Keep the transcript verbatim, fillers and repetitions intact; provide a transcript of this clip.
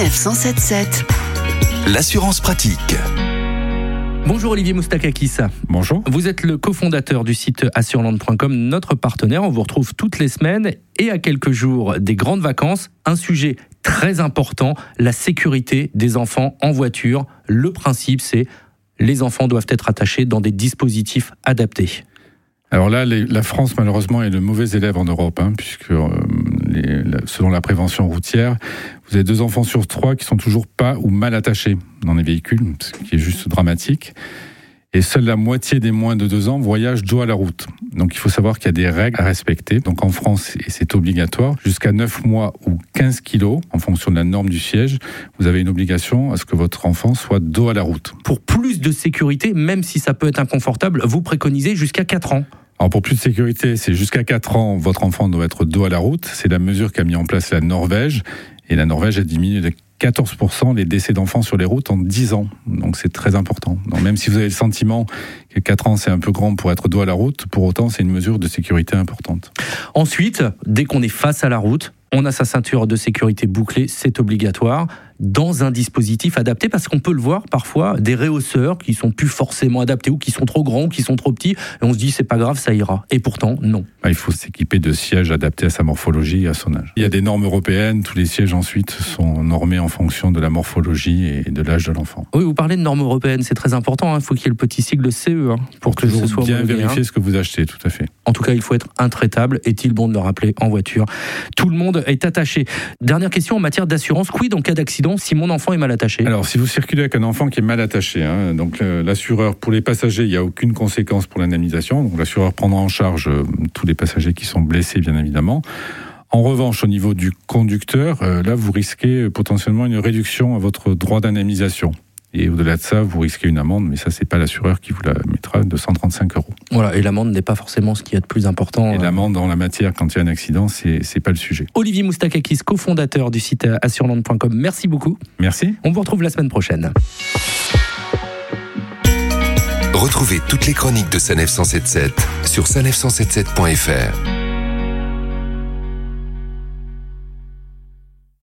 Sanef cent sept sept. L'assurance pratique. Bonjour Olivier Moustakakis. Bonjour. Vous êtes le cofondateur du site assureland point com, notre partenaire. On vous retrouve toutes les semaines et à quelques jours des grandes vacances. Un sujet très important, la sécurité des enfants en voiture. Le principe, c'est les enfants doivent être attachés dans des dispositifs adaptés. Alors là, les, la France, malheureusement, est le mauvais élève en Europe, hein, puisque euh, les, la, selon la prévention routière, vous avez deux enfants sur trois qui sont toujours pas ou mal attachés dans les véhicules, ce qui est juste dramatique. Et seule la moitié des moins de deux ans voyagent dos à la route. Donc il faut savoir qu'il y a des règles à respecter. Donc en France, et c'est obligatoire, jusqu'à neuf mois ou quinze kilos, en fonction de la norme du siège, vous avez une obligation à ce que votre enfant soit dos à la route. Pour plus de sécurité, même si ça peut être inconfortable, vous préconisez jusqu'à quatre ans. Alors pour plus de sécurité, c'est jusqu'à quatre ans, votre enfant doit être dos à la route. C'est la mesure qu'a mis en place la Norvège. Et la Norvège a diminué de quatorze pour cent les décès d'enfants sur les routes en dix ans. Donc c'est très important. Donc même si vous avez le sentiment que quatre ans c'est un peu grand pour être dos à la route, pour autant c'est une mesure de sécurité importante. Ensuite, dès qu'on est face à la route, on a sa ceinture de sécurité bouclée, c'est obligatoire, dans un dispositif adapté, parce qu'on peut le voir parfois, des rehausseurs qui sont plus forcément adaptés, ou qui sont trop grands, ou qui sont trop petits, et on se dit c'est pas grave, ça ira. Et pourtant, non. Il faut s'équiper de sièges adaptés à sa morphologie et à son âge. Il y a des normes européennes, tous les sièges ensuite sont normés en fonction de la morphologie et de l'âge de l'enfant. Oui, vous parlez de normes européennes, c'est très important, il hein. faut qu'il y ait le petit sigle C E hein, pour, pour que ce soit bien homologué, vérifier hein. ce que vous achetez, tout à fait. En tout cas, il faut être intraitable, est-il bon de le rappeler en voiture. Tout le monde est attaché. Dernière question en matière d'assurance, quid en cas d'accident si mon enfant est mal attaché ? Alors, si vous circulez avec un enfant qui est mal attaché, hein, donc euh, l'assureur, pour les passagers, il n'y a aucune conséquence pour l'indemnisation. Donc l'assureur prendra en charge euh, tous les passagers qui sont blessés, bien évidemment. En revanche, au niveau du conducteur, euh, là, vous risquez potentiellement une réduction à votre droit d'indemnisation. Et au-delà de ça, vous risquez une amende, mais ça, c'est pas l'assureur qui vous la mettra, de cent trente-cinq euros. Voilà, et l'amende n'est pas forcément ce qu'il y a de plus important. Et l'amende dans la matière, quand il y a un accident, c'est, c'est pas le sujet. Olivier Moustakakis, cofondateur du site assureland point com, merci beaucoup. Merci. On vous retrouve la semaine prochaine. Retrouvez toutes les chroniques de Sanef cent soixante-dix-sept sur sanef cent soixante-dix-sept point f r.